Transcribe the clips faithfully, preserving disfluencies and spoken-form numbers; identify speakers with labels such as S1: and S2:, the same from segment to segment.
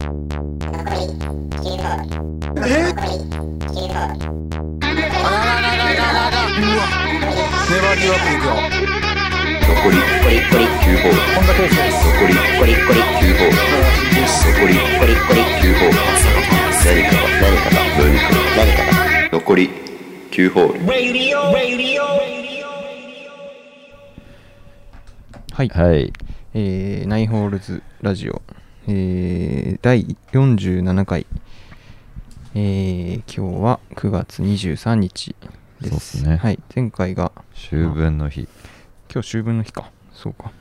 S1: 粘りよくいくよ。
S2: 残りきゅうホール。
S1: 本田圭佑です。
S2: 残りきゅうホール。残りきゅうホール。何かが何かが何かが何かが残りきゅうホール。
S3: はい、
S4: はい、
S3: えー、ナインホールズラジオ、えー、だいよんじゅうななかい、えー、今日はくがつにじゅうさんにちです。
S4: そうですね。
S3: はい、前回が
S4: 秋分の日。
S3: 今日秋分の日か。そうか。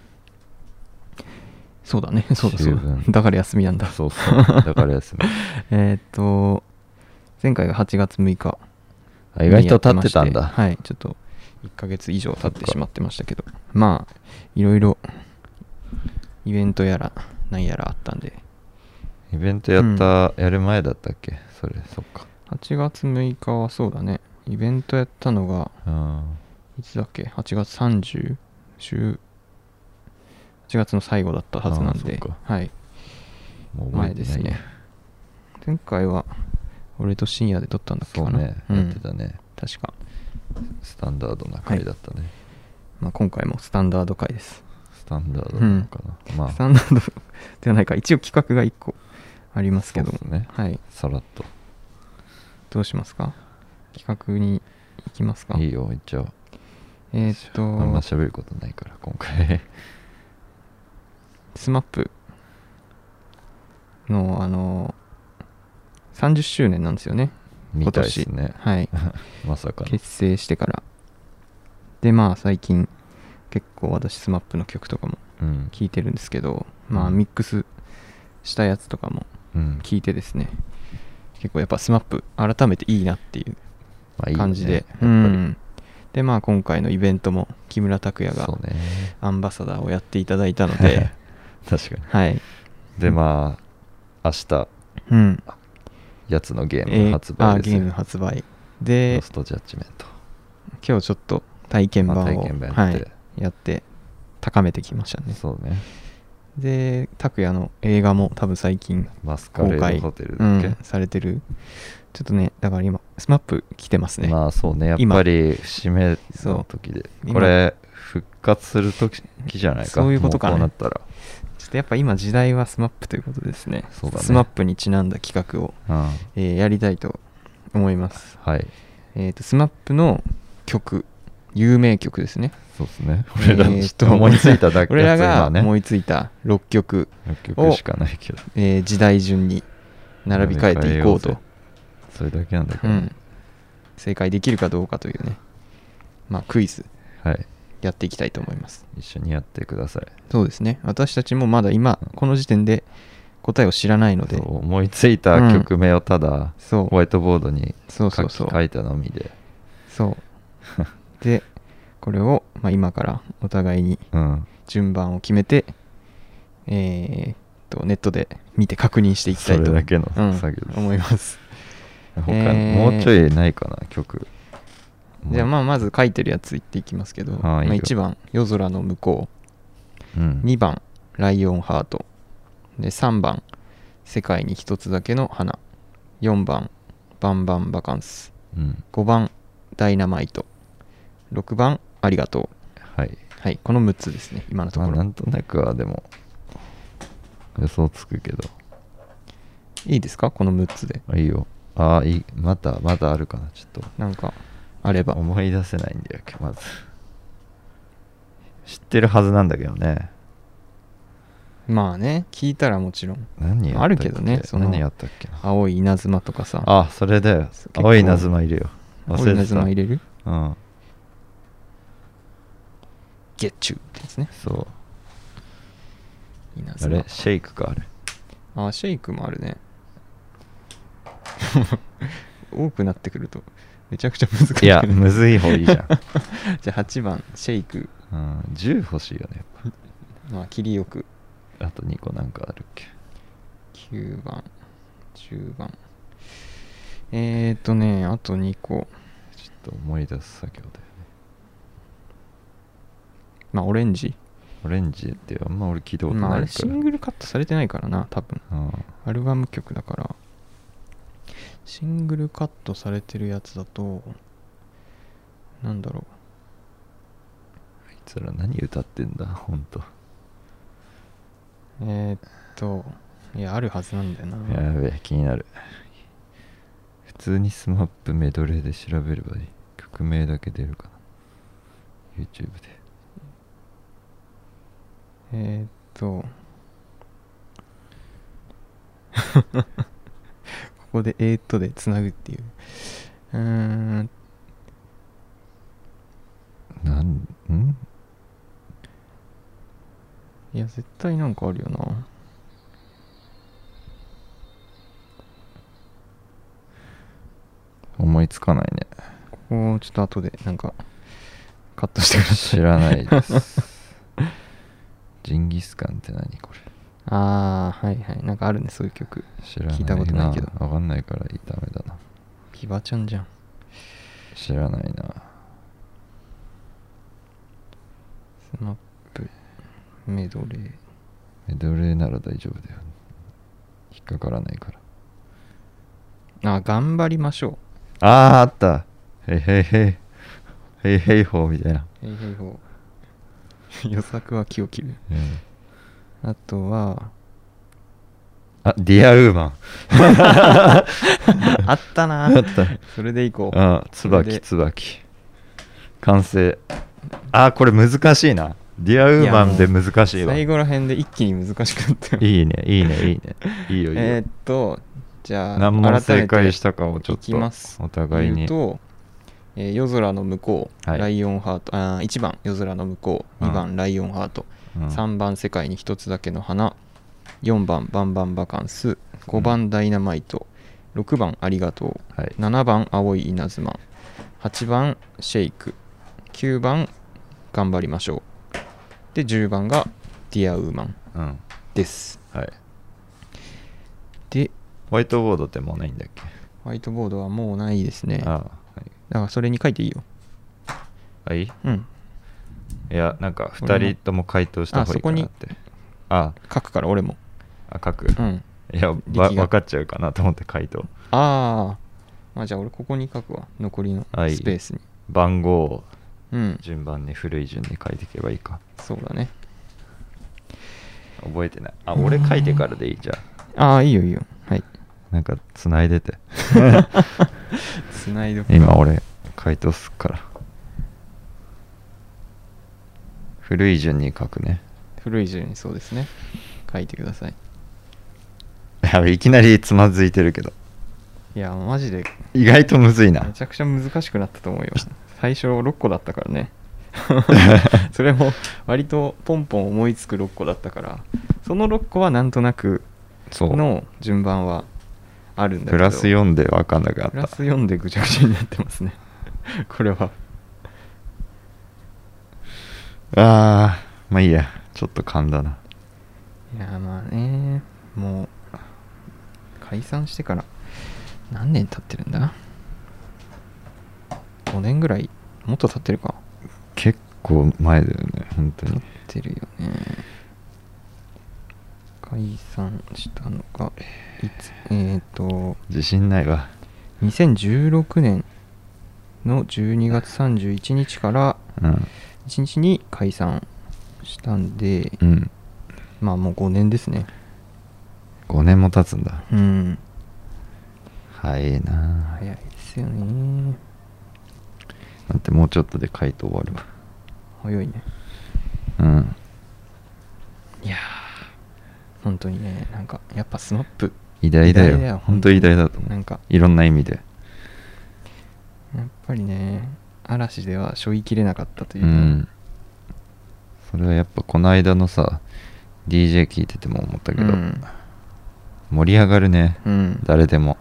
S3: そうだね。そうだそうだ。
S4: 秋分
S3: だから休みなんだ。
S4: そうそう。だから休み。
S3: えっと、前回がはちがつむいか。
S4: あ、意外と経ってたんだ。
S3: はい、ちょっといっかげつ以上経ってしまってましたけど、まあ、いろいろイベントやら何やらあったんで。
S4: イベントやった、うん、やる前だったっけそれ。そっか。
S3: はちがつむいかはそうだね。イベントやったのが、いつだっけ ?はちがつさんじゅう週、はちがつの最後だったはずなんで、はい。
S4: もう覚えてない
S3: 前ですね。前回は俺と深夜で撮ったんだっけかな。
S4: そうね、うん、やってたね。
S3: 確か。
S4: スタンダードな回だったね。はい、
S3: まあ、今回もスタンダード回です。
S4: スタンダードなのかな。うん、まあ、
S3: スタンダードではないか。一応企画がいっこありますけども、
S4: そうですね。
S3: はい。
S4: さらっと。
S3: どうしますか？企画に行きますか？
S4: いいよ、一応。
S3: えー、っと、
S4: あんま喋ることないから、今回。
S3: スマップの、あの、さんじゅっしゅうねんなんですよね。
S4: みたいですね。
S3: はい。
S4: まさかの。
S3: 結成してから。で、まあ、最近、結構私、スマップの曲とかも聴いてるんですけど、うん、まあ、ミックスしたやつとかも聴いてですね、うん、結構やっぱスマップ改めていいなっていう感じで、まあいいね、やっぱり、うん、でまあ今回のイベントも木村拓哉がアンバサダーをやっていただいたので
S4: 確かに、
S3: はい、
S4: でまあ明日、うん、やつのゲーム発売ですよ、
S3: えー、あゲーム発売で
S4: ロストジャッジメント
S3: 今日ちょっと体験版を、まあ、
S4: 体験版やって、
S3: はい、やって高めてきましたね。
S4: そうね。
S3: で拓哉の映画も多分最近
S4: マスカレードホテルだっけ、うん、
S3: されてる。ちょっとねだから今スマップ来てますね。
S4: まあそうね、やっぱり節目の時でこれ復活する時じゃないか。
S3: そういうことかね。
S4: もうこうなったら
S3: ちょっとやっぱ今時代はスマップということですね。
S4: そうだね。
S3: スマップにちなんだ企画を、うんえー、やりたいと思います。
S4: はい。
S3: えっとスマップの曲、有名曲ですね。
S4: そうですね。俺らちょっと思いついただけ、
S3: 俺らが思いついたろっきょくを
S4: ろっきょくしかないけど、
S3: えー、時代順に並び替えていこうと。
S4: それだけなんだけど、
S3: うん、正解できるかどうかというね、まあクイズやっていきたいと思います。
S4: 一緒にやってください。
S3: そうですね。私たちもまだ今この時点で答えを知らないので、
S4: そう思いついた曲名をただ、うん、そうホワイトボードに書き
S3: そうそう
S4: 書いたのみで、
S3: そうでこれを、まあ、今からお互いに順番を決めて、うん、えー、っとネットで見て確認していきたいと
S4: それだけの作業です、
S3: うん、思います。
S4: 他、えー、もうちょいないかな曲。
S3: じゃあまあまず書いてるやつ言っていきますけど、
S4: ああいい
S3: まあ、いちばん夜空の向こう、
S4: うん、
S3: にばんライオンハートでさんばん世界に一つだけの花、よんばんバンバンバカンス、うん、ごばんダイナマイト、ろくばんありがと
S4: う。はい、
S3: はい、このむっつですね今のところ。
S4: まあ、なんとなくはでも予想つくけど
S3: いいですかこのむっつで。
S4: いいよ。ああいい。まだまだあるかな。ちょっと
S3: なんかあれば。
S4: 思い出せないんだよまず。知ってるはずなんだけどね。
S3: まあね聞いたらもちろん
S4: 何
S3: あるけどね。その
S4: 何やったっけな。
S3: 青い稲妻とかさ。
S4: あそれだよ。青い稲妻いるよ。
S3: 青い稲妻入れる。
S4: うん
S3: ゲッチューってやつね。
S4: そうあれシェイクかあれ。
S3: あシェイクもあるね多くなってくるとめちゃくちゃ難しい、ね、
S4: いやむずい方いいじゃん
S3: じゃあはちばんシェイク、
S4: うん、じゅう欲しいよねやっ
S3: ぱまあ切りよく。
S4: あとにこなんかあるっけ。
S3: きゅうばんじゅうばんえーとねあとにこ
S4: ちょっと思い出す作業だよね。
S3: まあオレンジ
S4: オレンジってあんま俺聞いたこと
S3: まあ、あ
S4: ないから、
S3: れシングルカットされてないからな多分。
S4: あ
S3: アルバム曲だから。シングルカットされてるやつだとなんだろ
S4: あいつら何歌ってんだほんと。
S3: う。えー、っといやあるはずなんだよな。
S4: やべえ気になる。普通にスマップメドレーで調べればいい。曲名だけ出るかな YouTube で。
S3: えー、っとここでえー、っとでつなぐっていう。うーん
S4: なんん
S3: いや絶対なんかあるよな。
S4: 思いつかないね。
S3: ここをちょっと後でなんかカットしてください。
S4: 知らないですジンギスカンって何これ。
S3: ああはいはい、なんかあるねそういう曲。
S4: 知らないな。
S3: 聞いたことないけど
S4: わかんないからダメだな。
S3: ギバちゃんじゃん。
S4: 知らないな。
S3: スマップメドレー。
S4: メドレーなら大丈夫だよ。引っかからないから。
S3: あ、頑張りましょ
S4: あああった。へいへいへいへいへいほうみたいな。
S3: う。へいへいほう。予策は気を切る。
S4: うん
S3: あとは
S4: あ、ディアウーマン
S3: あったな。
S4: あった
S3: それでいこう。
S4: あ、つばき
S3: それで
S4: つばき完成。あ、これ難しいな。ディアウーマンで難しいわ。
S3: 最後ら辺で一気に難しくなったよ。
S4: いいねいいねいいねいいよいいよ。
S3: えーっとじゃあ
S4: 何問正解したかをちょっ
S3: いきます
S4: とお互いに。
S3: 言うと、えー夜空の向こう、
S4: はい
S3: ライオンハート、あーいちばん夜空の向こう、にばんライオンハート、
S4: うん
S3: さんばん世界に一つだけの花、よんばんバンバンバカンス、ごばんダイナマイト、ろくばんありがとう、
S4: はい
S3: ななばん青い稲妻、はちばんシェイク、きゅうばん頑張りましょう、でじゅうばんがディアウーマン
S4: うん
S3: です。
S4: はい。
S3: で
S4: ホワイトボードってもうないんだっけ。
S3: ホワイトボードはもうないですね。
S4: ああ、
S3: だ
S4: はい。
S3: からそれに書いていいよ。
S4: あ、いい
S3: うん
S4: いや、なんかふたりとも回答した方がいいかなって。あ
S3: 書くから俺も。
S4: あ、書く。
S3: うん
S4: いや、ば
S3: 力が
S4: 分かっちゃうかなと思って回答。
S3: ああまあじゃあ俺ここに書くわ、残りの
S4: はい
S3: スペースに。
S4: 番号を
S3: うん
S4: 順番に古い順に書いていけばいいか。
S3: そうだね。
S4: 覚えてない。あ、俺書いてからでいいじゃん。
S3: ああいいよいいよ、はい
S4: なんか繋いでて。
S3: つないどくか。
S4: 今俺回答すっから。古い順に書くね。
S3: 古い順にそうですね、書いてください。
S4: やべいきなりつまずいてるけど。
S3: いやマジで
S4: 意外とむずいな
S3: め。ちゃくちゃ難しくなったと思うよ。最初ろっこだったからねそれも割とポンポン思いつくろっこだったから、そのろっこはなんとなく
S4: そう。
S3: の順番はあるんだけど、
S4: プラスよんで分かんなくなっ
S3: プラ
S4: た。
S3: スよんでぐちゃぐちゃになってますねこれは。
S4: あー、まあいいや。ちょっと噛んだな。
S3: いやまあね、もう解散してから何年経ってるんだ。ごねんぐらい、もっと経ってるか。
S4: 結構前だよね、本当
S3: 経っ
S4: に。
S3: てるよね。解散したのがいつ、えっ、ー、と
S4: 自信ないわ。
S3: にせんじゅうろくねんのじゅうにがつさんじゅういちにちから
S4: うん。
S3: いちにちに解散したんで、
S4: うん。
S3: まあもうごねんですね。
S4: ごねんも経つんだ。
S3: うん
S4: 早いな。
S3: 早いですよね。
S4: だってもうちょっとで回答終わるわ。
S3: 早いね。
S4: うん。
S3: いやー本当にね、なんかやっぱスマップ
S4: 偉大だよ。
S3: 偉大だよ
S4: 本当偉大だと思う。
S3: なんか
S4: いろんな意味で。
S3: やっぱりね、嵐では背負いきれなかったというう、
S4: ん。それはやっぱこの間のさ ディージェー 聞いてても思ったけど、
S3: うん
S4: 盛り上がるね、
S3: うん、
S4: 誰でも。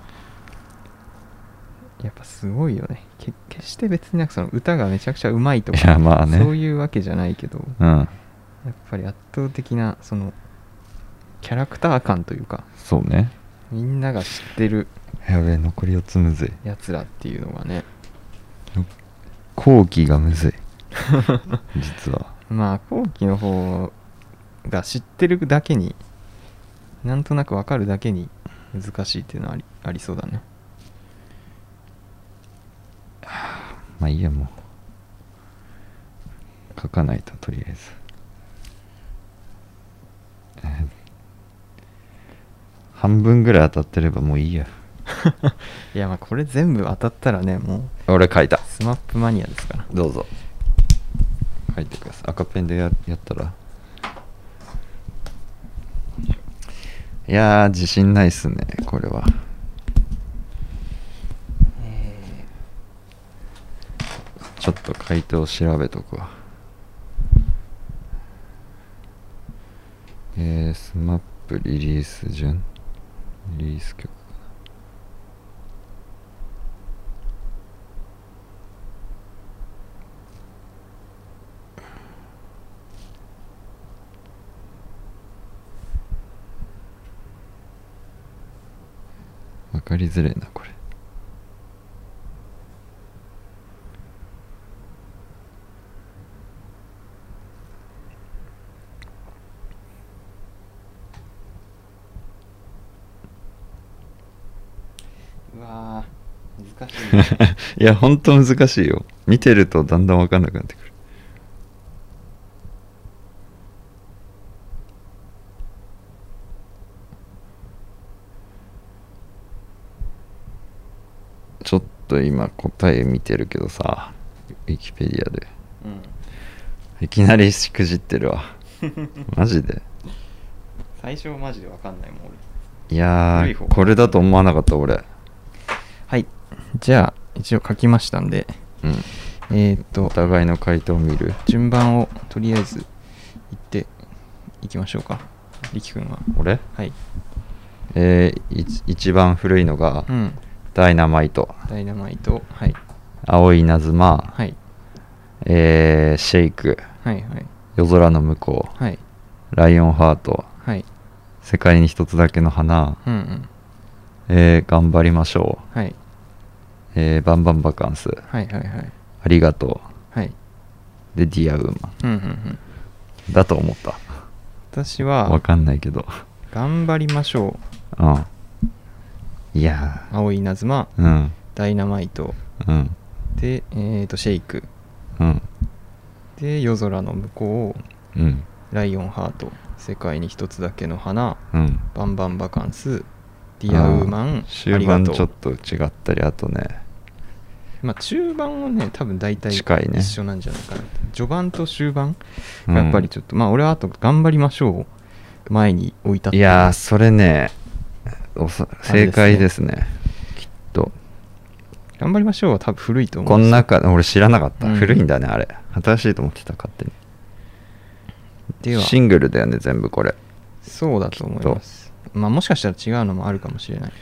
S3: やっぱすごいよね。け決して別になんかその歌がめちゃくちゃうまいと
S4: い
S3: か
S4: やまあね、
S3: そういうわけじゃないけど、
S4: うん、
S3: やっぱり圧倒的なそのキャラクター感というか、
S4: そうね。
S3: みんなが知ってる
S4: やべえ、残りよっつむずい。
S3: やつらっていうのがね、
S4: 後期がむずい実は。
S3: まあ後期の方が知ってるだけになんとなく分かるだけに難しいっていうのはあり、ありそうだね。
S4: まあいいや、もう書かないと、とりあえず、えー半分ぐらい当たってればもういいや。
S3: いやまあこれ全部当たったらね、もう
S4: 俺書いた。
S3: スマップマニアですから。
S4: どうぞ書いてください。赤ペンで や, やったらいやー自信ないっすねこれは。
S3: え
S4: ちょっと回答調べとくわ。えー、スマップリリース順リリース曲かな。わかりづれえなこれ。
S3: ー、うわー難しい、ね、
S4: いやほんと難しいよ。見てるとだんだんわかんなくなってくる。ちょっと今答え見てるけどさ、ウィキペディアで、
S3: うん、
S4: いきなりしくじってるわマジで。
S3: 最初マジで分かんないもん俺。
S4: いや
S3: 古い方
S4: ーこれだと思わなかった俺。
S3: はい、じゃあ一応書きましたんで、
S4: うん、
S3: えー、っと
S4: お互いの回答を見る。
S3: 順番をとりあえず言っていきましょうか。力くんは。
S4: 俺
S3: はい。
S4: えー、い一番古いのが、
S3: うん、
S4: ダイナマイト、
S3: ダイナマイト、はい
S4: 青い稲妻、
S3: はい
S4: えー、シェイク、
S3: はいはい
S4: 夜空の向こう、
S3: はい
S4: ライオンハート、
S3: はい、
S4: 世界に一つだけの花、
S3: うんうん、
S4: えー、頑張りましょう、
S3: はい
S4: えー、バンバンバカンス、
S3: はいはいはい
S4: ありがと
S3: はいう
S4: でディアウーマ
S3: うんうんうん
S4: ンだと思った。
S3: 私は
S4: わかんないけど
S3: 頑張りましょ
S4: うんいや
S3: う、青い稲妻、
S4: ーうん
S3: ダイナマイト
S4: うん
S3: で、えーとシェイク
S4: うん
S3: で夜空の向こう、
S4: うん
S3: ライオンハート、世界に一つだけの花、
S4: うん
S3: バンバンバカンス、ディアウーマン、あ
S4: 終
S3: りがとう。
S4: 盤ちょっと違ったり、あとね
S3: まあ中盤はね多分大体
S4: 近いね
S3: 一緒なんじゃないかな、序盤と終盤がやっぱりちょっと、うん、まあ俺はあと頑張りましょう前に置いたって
S4: いやーそれねおそ正解ですねきっと。
S3: 頑張りましょうは多分古いと思う。
S4: この中俺知らなかった、
S3: うん、
S4: 古いんだねあれ。新しいと思ってた勝手に。
S3: では
S4: シングルだよね全部これ。
S3: そうだと思います。まあもしかしたら違うのもあるかもしれない。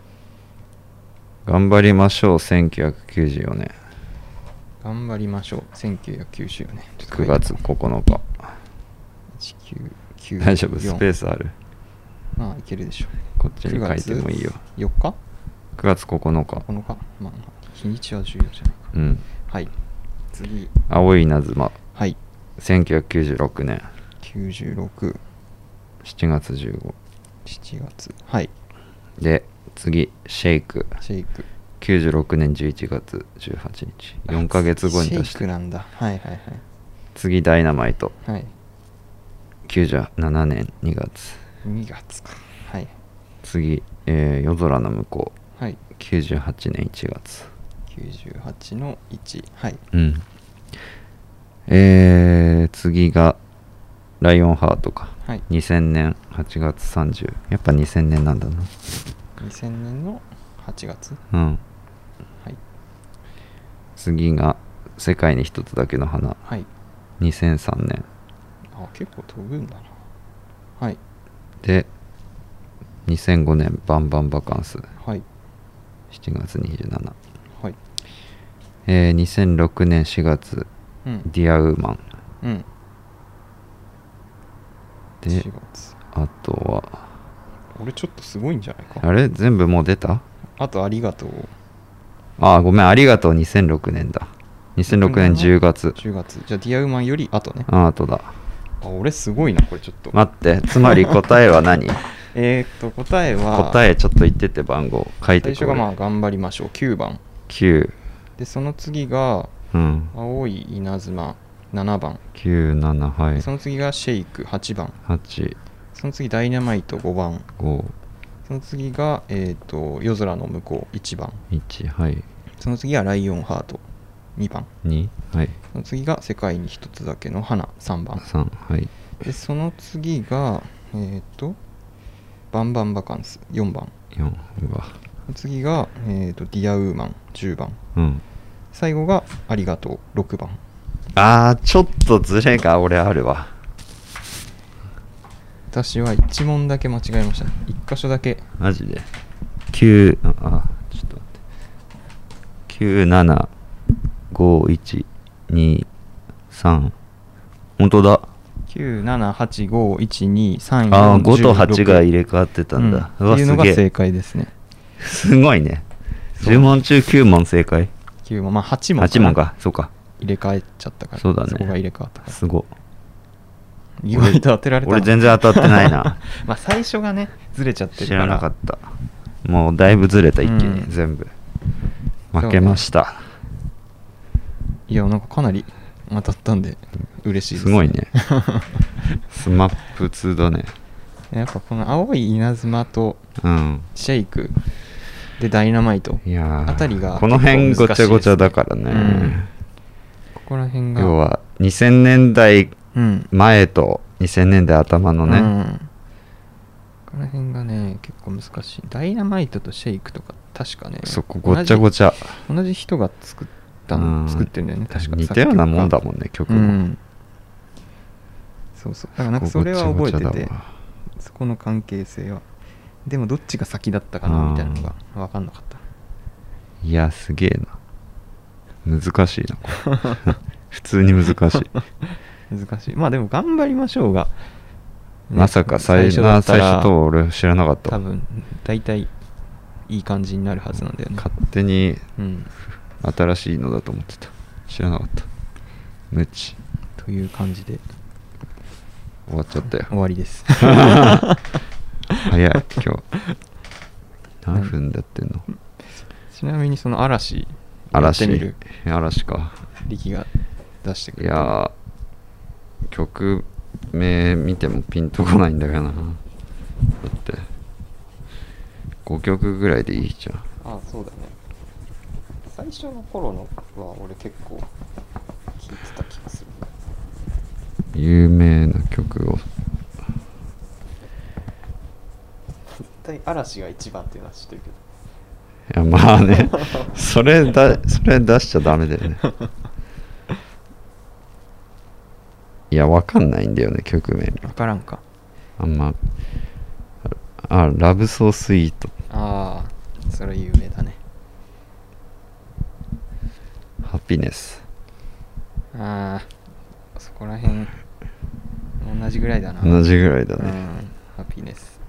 S4: 頑張りましょうせんきゅうひゃくきゅうじゅうよねん。
S3: 頑張りましょうせんきゅうひゃくきゅうじゅうよねん
S4: くがつここのか。
S3: いちきゅうきゅうよん
S4: 大丈夫スペースある。
S3: まあいけるでしょう。
S4: こっちに書いてもいいよ。
S3: よっか
S4: くがつここのか。
S3: ここのか、まあ、日にちは重要じゃないか。
S4: うん
S3: はい次
S4: 青い稲妻
S3: はい
S4: せんきゅうひゃくきゅうじゅうろくねん
S3: きゅうじゅうろく、
S4: しちがつじゅうご
S3: しちがつはい
S4: で次シェイク
S3: シェイク
S4: きゅうじゅうろくねんじゅういちがつじゅうはちにちよんかげつごに出して。
S3: シェイクなんだ。はいはい
S4: 次ダイナマイト
S3: はいはい
S4: きゅうじゅうななねんにがつ
S3: にがつかはい
S4: 次、えー、夜空の向こう
S3: はい
S4: きゅうじゅうはちねんいちがつ
S3: きゅうじゅうはちのいちはい
S4: うんえー、次がライオンハートか、
S3: はい、
S4: にせんねんはちがつさんじゅうやっぱにせんねんなんだな。
S3: にせんねんのはちがつ
S4: うん
S3: はい
S4: 次が世界に一つだけの花
S3: はい
S4: にせんさんねん
S3: あ結構飛ぶんだな。はい
S4: でにせんごねんバンバンバカンス
S3: はい
S4: しちがつにじゅうしち
S3: はい
S4: えー、にせんろくねんしがつ、
S3: うん、
S4: ディアウーマン
S3: うん
S4: で
S3: しがつ
S4: あとは
S3: 俺ちょっとすごいんじゃないか。
S4: あれ全部もう出た。
S3: あとありがとう。
S4: あーごめんありがとうにせんろくねんだ。 にせんろくねんじゅうがつ。
S3: じゅうがつ。じゃあディアウーマンより後ね。
S4: ああとだ。
S3: あ、俺すごいなこれちょっと。
S4: 待って、つまり答えは何？
S3: えーっと答えは
S4: 答えちょっと言ってって番号書いてくれ。
S3: 最初がまあ頑張りましょうきゅうばん。
S4: きゅう。
S3: でその次が
S4: うん。
S3: 青い稲妻ななばん。
S4: きゅう、なな、はい。
S3: その次がシェイクはちばん。
S4: はち、
S3: その次ダイナマイトごばん。
S4: ご、
S3: その次が、えー、と夜空の向こういちばん。
S4: いち、はい。
S3: その次がライオンハートにばん。
S4: に、はい。
S3: その次が世界に一つだけの花さんばん。
S4: さん、はい。
S3: でその次がえっ、ー、とバンバンバカンスよんばん。
S4: よん、うわ。
S3: 次が、えー、とディアウーマンじゅうばん。
S4: うん。
S3: 最後がありがとうろくばん。
S4: あー、ちょっとズレが俺あるわ。
S3: 私はいち問だけ間違えましたね。いっ箇所だけ。
S4: マジできゅう、あ、あちょっと待って。きゅう、なな、ご、いち、に、さん。本当だ。
S3: きゅう、なな、はち、ご、いち、に、さん、よん、
S4: あー、ごとはちが入
S3: れ
S4: れ替わってたんだ。
S3: う、
S4: うんわ、
S3: っていう
S4: すげえ。
S3: のが正解ですね。
S4: すごいね。
S3: そう
S4: じゅう問中きゅう問正解。
S3: きゅう問、まあはち問
S4: はち問か。そうか。
S3: 入れ替えちゃったから。
S4: そうだね
S3: そこが入れ替わったから。
S4: すごい。
S3: 意外と当てられた。
S4: 俺全然当たってないな。
S3: まあ最初がね、ずれちゃってるから。
S4: 知らなかった。もうだいぶずれた一気に、
S3: うん
S4: 全部。負けました。
S3: いや、なんかかなり当たったんで、嬉しいです。
S4: すごいね。スマップツーだね。
S3: やっぱこの青い稲妻と
S4: うん。
S3: シェイクでダイナマイト
S4: いやー
S3: あたりが
S4: この辺ごちゃごちゃだからね。
S3: うんここら辺が
S4: 要はにせんねんだい
S3: うん
S4: 前とにせんねんだい頭のね。
S3: うんここら辺がね結構難しい。ダイナマイトとシェイクとか確かね
S4: そこごちゃごちゃ。
S3: 同じ同じ人が作ったの、
S4: うん
S3: 作ってるんだよね確か。
S4: 似たようなもんだもんね、曲も。
S3: うんそうそうだからなんかそれは覚えてて
S4: ごちゃごちゃだわ
S3: そこの関係性はでもどっちが先だったかなみたいなのが分かんなかった。
S4: いや、すげえな。難しいな、これ。普通に難しい。
S3: 難しい。まあでも頑張りましょうが、ね、
S4: まさか最初
S3: だったら
S4: 最初と俺知らなかったわ。
S3: 多分大体いい感じになるはずなんだよね。
S4: 勝手に
S3: うん
S4: 新しいのだと思ってた。知らなかった。無知。
S3: という感じで
S4: 終わっちゃったよ。
S3: 終わりです。
S4: 早い、今日。何分でやってんの？
S3: ちなみにその嵐やってみる
S4: 嵐。嵐か。
S3: 力が出してく
S4: い
S3: れた。
S4: やー、曲名見てもピンとこないんだけどな。だってごきょくぐらいでいいじゃん。
S3: ああそうだね。最初の頃のは俺結構聴いてた気がする。
S4: 有名な曲を。
S3: 絶対嵐が一番っていうのは知ってるけど。
S4: いやまあねそれだそれ出しちゃダメだよね。いやわかんないんだよね曲名。
S3: 分からんか。
S4: あんまあラブソースイート。
S3: ああそれ有名だね。
S4: ハピネス。
S3: ああそこら辺同じぐらいだな。
S4: 同じぐらいだね。
S3: うんハピネス。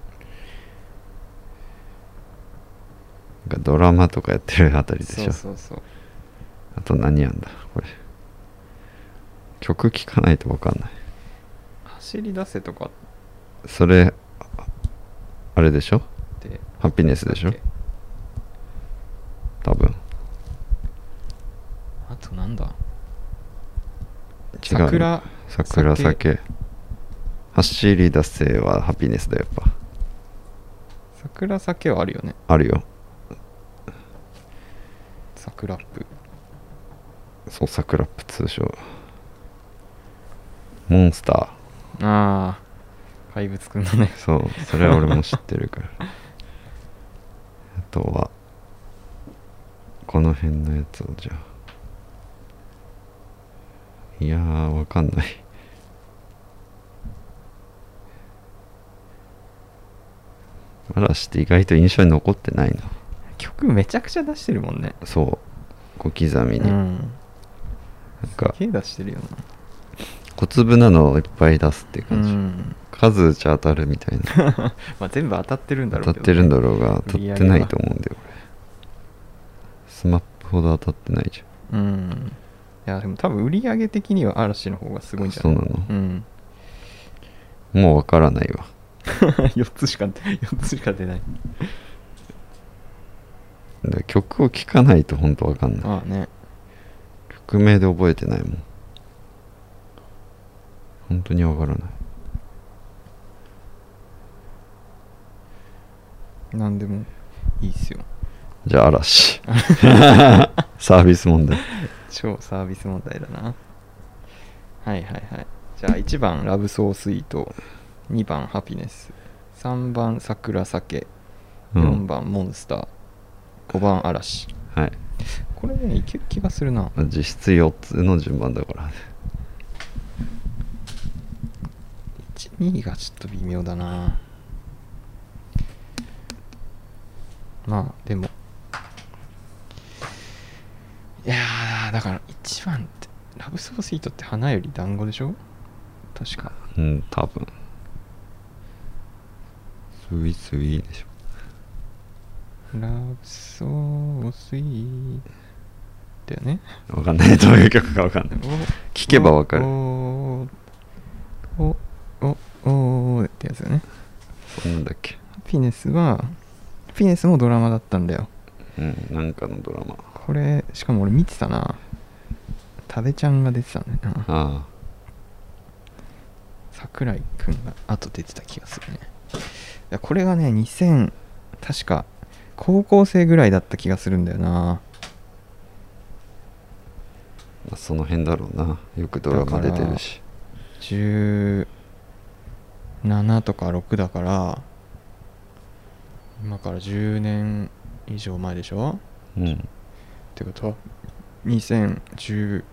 S4: なんかドラマとかやってるあたりでしょ。
S3: そうそうそう。
S4: あと何やんだこれ。曲聴かないと分かんない。
S3: 走り出せとかっ
S4: それあれでしょ。
S3: て
S4: ハピネスでしょ多分。
S3: あとなんだ
S4: 違うの。
S3: 桜
S4: 桜酒。走り出せはハピネスだよやっぱ。
S3: 桜酒はあるよね。
S4: あるよ。
S3: 桜ップ。
S4: そう桜ップ通称。モンスター。
S3: ああ怪物くんのね。
S4: そうそれは俺も知ってるからあとはこの辺のやつをじゃあいやーわかんない。嵐って意外と印象に残ってないな。
S3: 曲めちゃくちゃ出してるもんね。
S4: そう小刻みに、
S3: うん
S4: なんか
S3: すげえ出してるよ
S4: 小粒なのをいっぱい出すっていう
S3: な。う
S4: 感じ、
S3: ん
S4: 数打ち当たるみたいな
S3: まあ全部当たってるんだろうけど、
S4: 当たってるんだろうが当たってないと思うんだよ
S3: 売り
S4: 俺。スマップほど当たってないじ
S3: うんやでも多分売り上げ的には嵐の方がすごいんじゃない？
S4: そうなの？
S3: うん
S4: もうわからないわ。
S3: よっつしかよっつしか出ない。
S4: で曲を聴かないと本当わかんない。
S3: ああね。
S4: 曲名で覚えてないもん。本当にわからない。
S3: なんでもいいっすよ。
S4: じゃあ嵐。サービス問題。
S3: 超サービス問題だな。はいはいはい。じゃあいちばんラブソースイート、にばんハピネス、さんばん桜酒、よんばんモンスター、ごばん嵐。
S4: はい。
S3: これねいける気がするな。
S4: 実質よっつの順番だからね。
S3: いち、にがちょっと微妙だな。まあでもいやーだからいちばんってラブソースイートって花より団子でしょ確か。
S4: うん多分スイスイでしょ。
S3: ラブソースイートだよね。
S4: わかんない。どういう曲かわかんない。聞けばわかる。
S3: おおおおおってやつだよね。
S4: そんなんだっけ。
S3: ハピネスはハピネスもドラマだったんだよ。
S4: うんなんかのドラマ。
S3: これしかも俺見てたな。多部ちゃんが出てたんだよな。
S4: ああ
S3: 桜井くんが後出てた気がするね。いやこれがねにせん確か高校生ぐらいだった気がするんだよな。
S4: まあその辺だろうな。よくドラマ出てるし。
S3: じゅうななとかろくだから今からじゅうねん以上前でしょ。
S4: うん
S3: ってことはにせんじゅ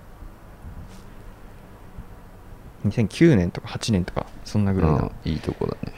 S3: うにせんきゅうねんとかはちねんとかそんなぐらいだ。
S4: ああいいとこだね。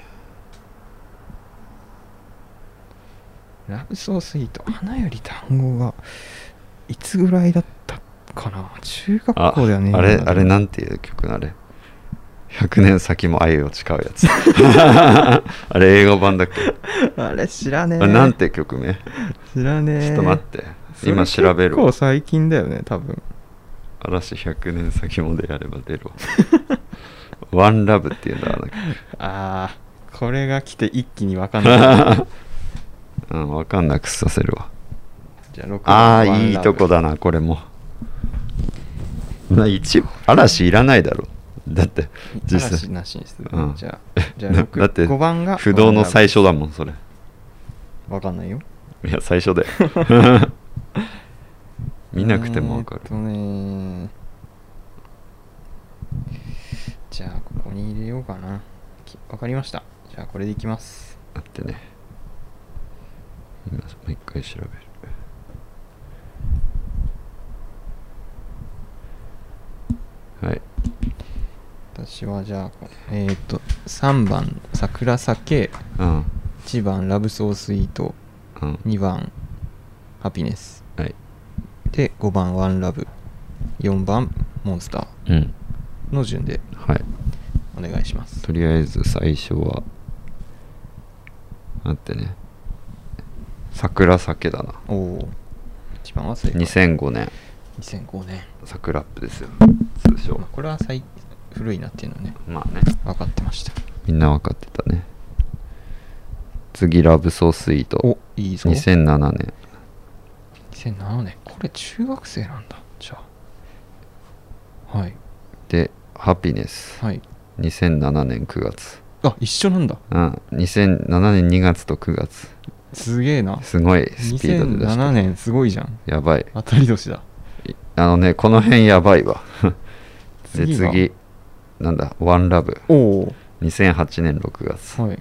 S3: ラブソースイート花より団子がいつぐらいだったかな。中学
S4: あ
S3: 校だよね。
S4: あれあれなんていう曲あれ。ひゃくねん先も愛を誓うやつ。あれ英語版だっけ。
S3: あれ知らねえ。
S4: あれなんて曲名。
S3: 知らねえ。
S4: ちょっと待って今調べるわ。
S3: 結構最近だよね多分。
S4: 嵐ひゃくねん先もでやれば出るわ。ワンラブっていうんだ。
S3: あーこれが来て一気に分かんない。
S4: うん分かんなくさせるわ。
S3: じゃあろくばん
S4: ああ
S3: ワンラブ
S4: いいとこだなこれも。な一嵐いらないだろ。だって実際
S3: 嵐なしにする、
S4: うん
S3: じゃあじゃあろく
S4: だって
S3: ごばんが
S4: 不動の最初だもんそれ。
S3: 分かんないよ。
S4: いや最初だよ。見なくても分かる。
S3: えーっとねじゃあここに入れようかな。き分かりました。じゃあこれでいきます。
S4: 待ってね。今もう一回調べる。はい。
S3: 私はじゃあえーっとさんばん桜酒、
S4: うん
S3: いちばんラブソースイート、
S4: うん
S3: にばんハピネス
S4: はい
S3: でごばんワンラブ、よんばんモンスタ
S4: うん
S3: ーの順で
S4: はい。
S3: お願いします。
S4: とりあえず最初は待ってね。桜酒だな。
S3: おおいちばんは正解。
S4: にせんごねん
S3: にせんごねん。
S4: 桜アップですよ通称。
S3: まあ、これは最古いなっていうのはね
S4: まあね
S3: 分かってました。
S4: みんな分かってたね。次ラブソースイート。
S3: おいいぞ。
S4: にせんななねん。
S3: にせんななねん。これ中学生なんだ。じゃあはい
S4: でハピネス
S3: はい。
S4: にせんななねんくがつ。
S3: あ一緒なんだ。
S4: うんにせんななねんにがつとくがつ。
S3: すげえな。
S4: すごいスピードで出して
S3: にせんななねんすごいじゃん。
S4: やばい。
S3: 当たり年だ。
S4: いあのねこの辺やばいわ。で
S3: 次が
S4: 次なんだワンラブ
S3: おお
S4: にせんはちねんろくがつ。
S3: はい。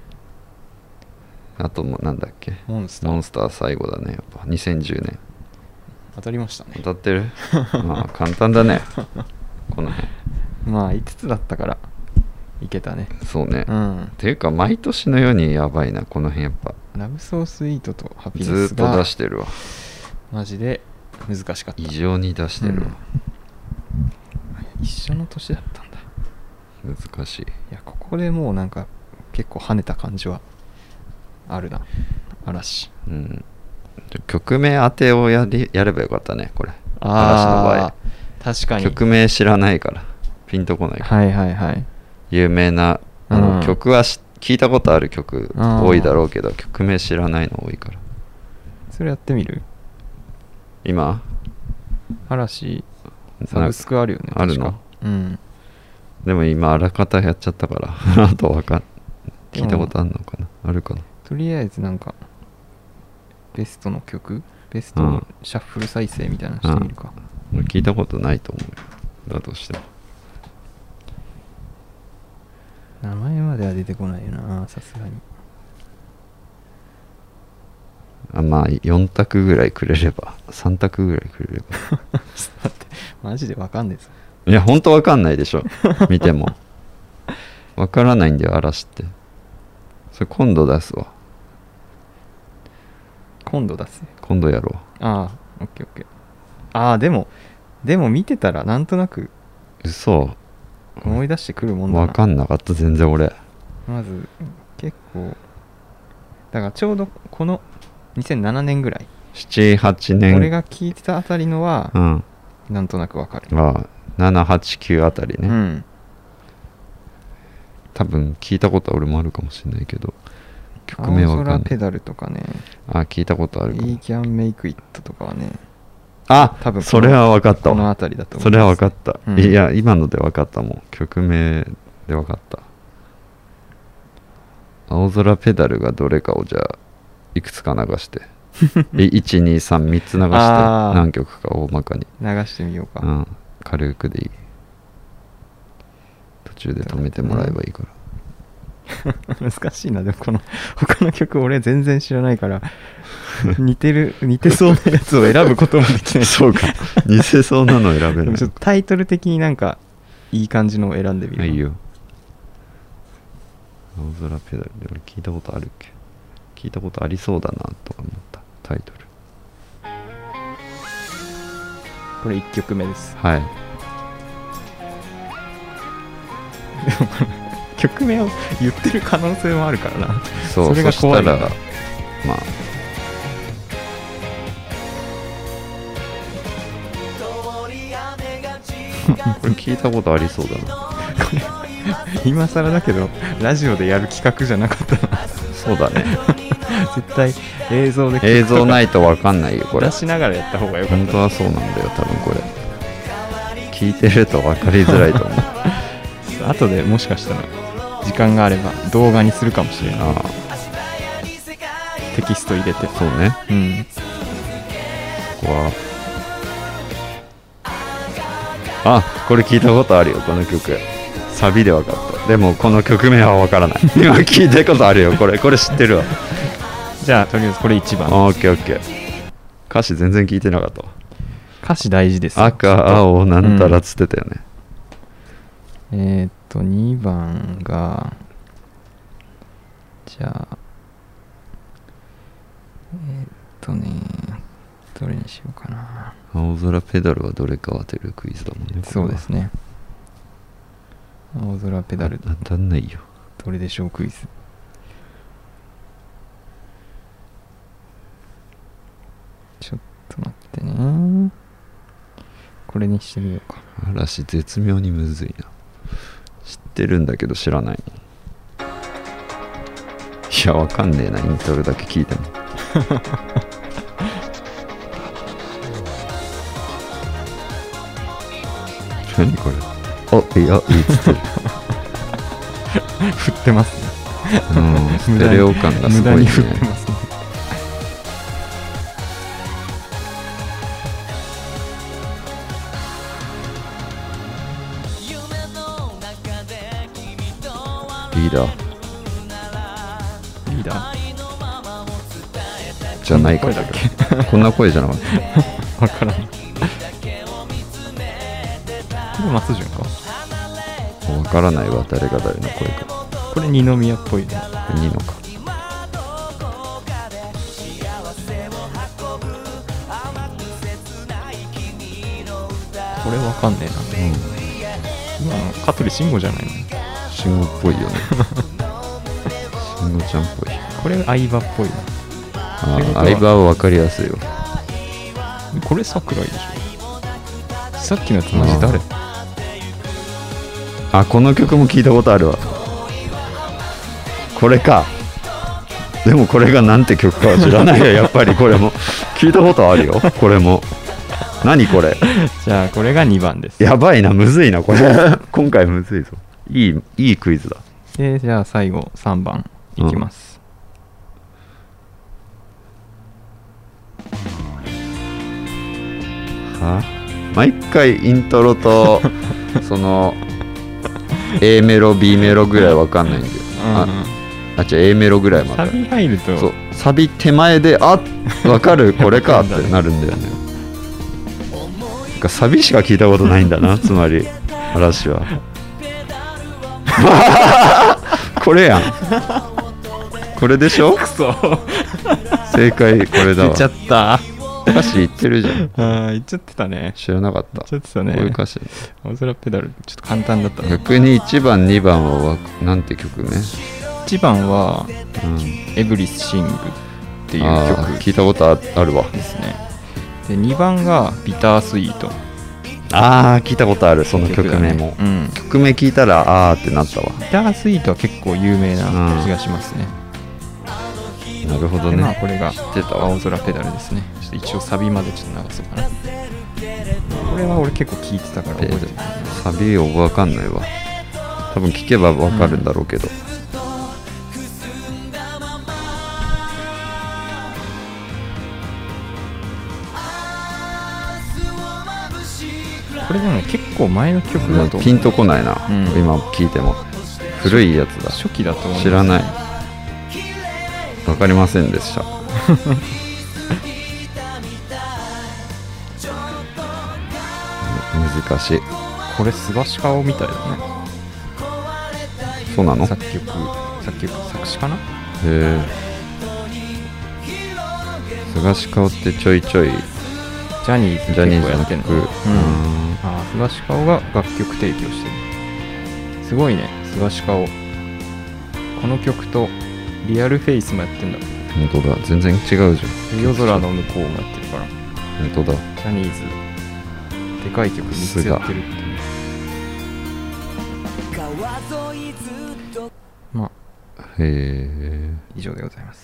S4: あともなんだっけ
S3: モンスター
S4: モンスター最後だねやっぱにせんじゅうねん。
S3: 当たりましたね。
S4: 当たってる。まあ簡単だねこの辺。
S3: まあいつつだったからいけたね。
S4: そうね、っ
S3: うん。
S4: ていうか毎年のようにやばいなこの辺やっぱ。
S3: ラブソースイートとハピネ
S4: ずーっと
S3: スが
S4: 出してるわ。
S3: マジで難しかった。
S4: 異常に出してるわ、
S3: 一緒の年だったんだ。
S4: 難しい。
S3: いやここでもうなんか結構跳ねた感じはあるな嵐。
S4: うん曲名当てをやりやればよかったねこれ。嵐の場合
S3: 確かに
S4: 曲名知らないからピンとこないから、
S3: はいはいはい、
S4: 有名なあの、
S3: うん、
S4: 曲は聞いたことある曲多いだろうけど曲名知らないの多いから。
S3: それやってみる？
S4: 今
S3: 嵐サブスクあるよね。
S4: あるの？
S3: うん。
S4: でも今あらかたやっちゃったからあとわかん聞いたことあるのかな、あるかな。
S3: とりあえずなんかベストの曲、ベストのシャッフル再生みたいなのしてみるか。
S4: うん、俺聞いたことないと思うよ、だとしても。
S3: 名前までは出てこないよな、さすがに。
S4: あ、まあよん択ぐらいくれれば、さん択ぐらいくれれば
S3: ちょっと待って、マジでわかんねえぞ。
S4: いやほんとわかんないでしょ見てもわからないんだよ嵐って。それ今度出すわ。
S3: 今度出す。
S4: 今度やろ
S3: う。ああ、オッケーオッケー。ああ、でもでも見てたらなんとなく
S4: 嘘
S3: 思い出してくるもんだな。
S4: わかんなかった全然俺。
S3: まず結構だからちょうどこのにせんななねんぐらい、
S4: ななはちねん
S3: 俺が聞いてたあたりのは、
S4: うん、
S3: なんとなくわかる。
S4: ああななはちきゅうあたりね、
S3: うん、
S4: 多分聞いたことは俺もあるかもしれないけど曲名わかんない。
S3: 青空ペダルとかね、
S4: ああ聞いたことあるかも。
S3: We Can Make It とかはね、
S4: あ
S3: 多分
S4: それは分かったわ。
S3: このあたりだと思う。
S4: それは分かった、
S3: うん、
S4: いや今ので分かったもん。曲名で分かった。青空ペダルがどれかをじゃあいくつか流していちにさんみっつ流して何曲か大まかに
S3: 流してみようか、
S4: うん、軽くでいい。途中で止めてもらえばいいから
S3: 難しいな。でもこの他の曲俺全然知らないから似てる似てそうなやつを選ぶこともできない
S4: そうか似せそうなの選べる。
S3: ちょっとタイトル的になんかいい感じのを選んでみる。
S4: いいよ。青空ペダルで俺聞いたことあるっけ。聞いたことありそうだなと思ったタイトル。
S3: これいっきょくめです。
S4: はい。
S3: でも曲名を言ってる可能性もあるからな。
S4: そう、
S3: それが怖いな。
S4: そしたらまあこれ聞いたことありそうだな
S3: 今更だけどラジオでやる企画じゃなかったな。
S4: そうだね
S3: 絶対映像で
S4: 映像ないと分かんないよこれ。
S3: 出しながらやった方がよかった。
S4: 本当はそうなんだよ多分これ。聞いてると分かりづらいと思う
S3: 後でもしかしたら時間があれば動画にするかもしれない。
S4: あ
S3: テキスト入れて。
S4: そうね。
S3: うん。
S4: ここはあこれ聞いたことあるよこの曲。サビで分かった。でもこの曲名は分からない今聞いたことあるよこれ。これ知ってるわ。
S3: じゃあとりあえずこれいちばん。
S4: オッケーオッケー。歌詞全然聞いてなかったわ。
S3: 歌詞大事ですよ。
S4: 赤青なんたらつってたよね、
S3: うん、えー、っとにばんがじゃあえー、っとねどれにしようかな。
S4: 青空ペダルはどれか当てるクイズだもんね。
S3: そうですね。青空ペダル
S4: 当たんないよ。
S3: どれでしょうクイズ。ちょっと待ってね。これにしてみようか。
S4: 嵐絶妙にむずいな。知ってるんだけど知らないの。いやわかんねえなイントロだけ聞いても何これ。あいやいいっつってる
S3: 振ってますね
S4: うんステレオ感がすごいね。
S3: 無駄に振ってますね。
S4: リーダー
S3: リーダー
S4: じゃないか
S3: こんな声だっけ
S4: こんな声じゃなかった
S3: わからない。これ松潤か。
S4: わからないわ誰が誰の声か。
S3: これ二宮っぽいね。
S4: ニノか。
S3: これわかんねえな。
S4: うん
S3: 今の香取慎吾じゃないの。
S4: 慎吾っぽいよね慎吾ちゃんっぽい。
S3: これ相葉っぽいな。
S4: ああ相葉は分かりやすいよ。
S3: これ桜井でしょ。 さっきのやつマジ誰？
S4: あ、この曲も聞いたことあるわ。これか。でもこれがなんて曲かは知らないよ。やっぱりこれも聞いたことあるよ。これも何これ。
S3: じゃあこれがにばんです。
S4: やばいな、むずいなこれ。今回むずいぞ。いいいいクイズだ。
S3: でじゃあ最後さんばんいきます、
S4: うん、は毎回イントロとその A メロ B メロぐらいわかんないんだよ、うん、ああ違う A メロぐらいまで
S3: サビ入ると
S4: そうサビ手前であわかるこれかってなるんだよね。なんかサビしか聞いたことないんだなつまり嵐はこれやんこれでしょ。
S3: くそ
S4: 正解これだわ。
S3: 言っちゃった。
S4: 歌詞言ってるじゃん。
S3: ああ言っちゃってたね。
S4: 知らなかった。
S3: 言っちゃってたね。
S4: こういう歌詞。
S3: 青空ペダルちょっと簡単だったね。
S4: 逆にいちばんにばんはなんて曲ね。い
S3: ちばんは、うん、エブリシングっていう曲
S4: 聞いたことあるわ
S3: ですね。でにばんがビタースイート。
S4: ああ聞いたことあるその曲名も、
S3: うん、
S4: 曲名聞いたらあーってなったわ。
S3: ビタースイートは結構有名な気がしますね、
S4: うん、なるほどね。
S3: まあこれが青空ペダルですね。ちょっと一応サビまでちょっと流そうかな。これは俺結構聞いてたから覚えてる。
S4: サビわかんないわ。多分聞けばわかるんだろうけど、うん、
S3: これでも結構前の曲だと
S4: ピンとこないな、うん、今聞いても古いやつだ。
S3: 初期だと思う。
S4: 知らない。わかりませんでした難しい。
S3: これスガシカオみたいだね。
S4: そうなの。
S3: 作曲作曲作詞かな。へ
S4: え。スガシカオってちょいちょい
S3: ジャニーズ
S4: ジャニーズの
S3: 曲、うん、ああスガシカオが楽曲提供してる。すごいねスガシカオ。この曲とリアルフェイスもやってんだ。
S4: 本当だ全然違うじゃん。
S3: 夜空の向こうもやってるから。
S4: 本当だ。
S3: ジャニーズでかい曲みっつやってるっていう。まあ
S4: へえ
S3: 以上でございます。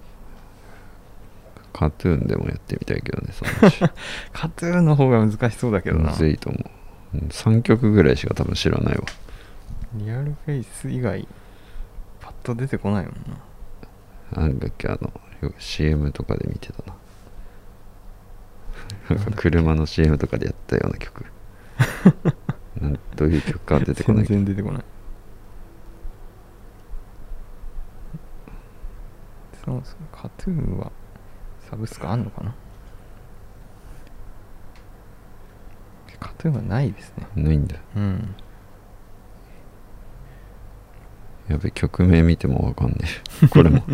S4: カトゥーンでもやってみたいけどねその
S3: カトゥーンの方が難しそうだけどな。
S4: むずいと思う。さんきょくぐらいしか多分知らないわ。
S3: リアルフェイス以外パッと出てこないもんな。
S4: なんだっけあの シーエム とかで見てたな車の シーエム とかでやったような曲なんどういう曲か出てこない。
S3: 全然出てこない。そうそうカトゥーンはサブスクあんのかな。カトゥーンはないですね。
S4: ないんだ。
S3: うん。
S4: やべ曲名見てもわかんねえこれも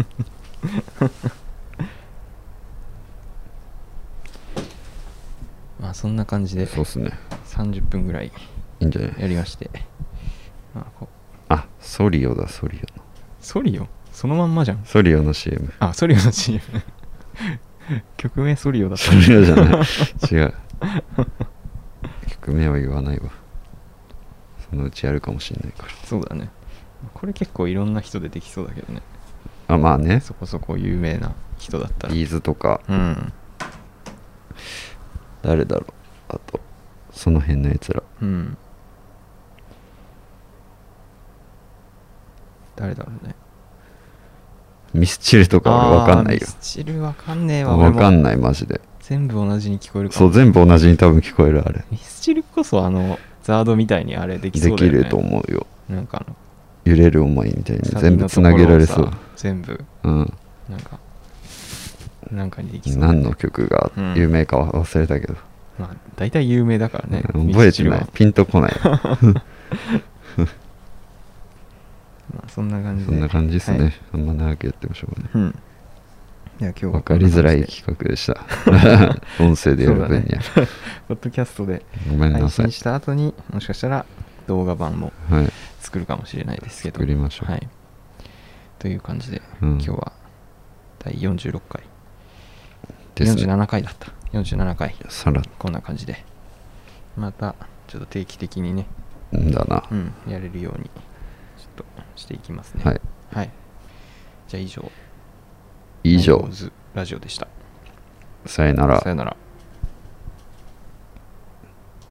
S3: まあそんな感じで
S4: そうっすね。
S3: さんじゅっぷんぐらい
S4: いいんじゃない
S3: やりまして。あ, こ
S4: あソリオだソリオの
S3: ソリオそのまんまじゃん。
S4: ソリオの シーエム。
S3: あソリオの シーエム 曲名ソリオだった。
S4: ソリオじゃない違う曲名は言わないわ。そのうちやるかもしれないから。
S3: そうだね。これ結構いろんな人でできそうだけどね。
S4: あまあね
S3: そこそこ有名な人だったら
S4: ビーズとか、
S3: うん、
S4: 誰だろうあとその辺のやつら、
S3: うん、誰だろうね。
S4: ミスチルとか俺わかんないよ。
S3: ミスチルわかんねえわ。
S4: わかんないマジで。
S3: 全部同じに聞こえるかも。
S4: そう全部同じに多分聞こえるあれ。
S3: ミスチルこそあのザードみたいにあれできそうだよね。
S4: できると思うよ。
S3: なんかあの
S4: 揺れる思いみたいに全部つなげられそう。
S3: 全部、
S4: うん、
S3: なんかなんかにできそう、ね、
S4: 何の曲が有名かは忘れたけど、
S3: うん、まあ大体有名だからね。
S4: 覚えてないピンとこない
S3: まあそんな感じで
S4: そんな感じですね、はい、あんま長くやってましょうね。うん。
S3: いや今日は
S4: 分かりづらい企画でした音声でやる分には、ね、
S3: ポッドキャストで
S4: ごめんなさい。
S3: 配信した後にもしかしたら動画版も作るかもしれないですけど、
S4: はい、作りましょう、
S3: はい、という感じで、
S4: うん、
S3: 今日はだいよんじゅうろっかい
S4: ですね、
S3: よんじゅうななかいだったよんじゅうななかい
S4: さら
S3: こんな感じでまたちょっと定期的にね、
S4: んだな、
S3: うん、やれるようにちょっとしていきますね。
S4: はい、
S3: はい、じゃあ以上
S4: 以上
S3: ズラジオでした。
S4: さよなら。
S3: さよなら。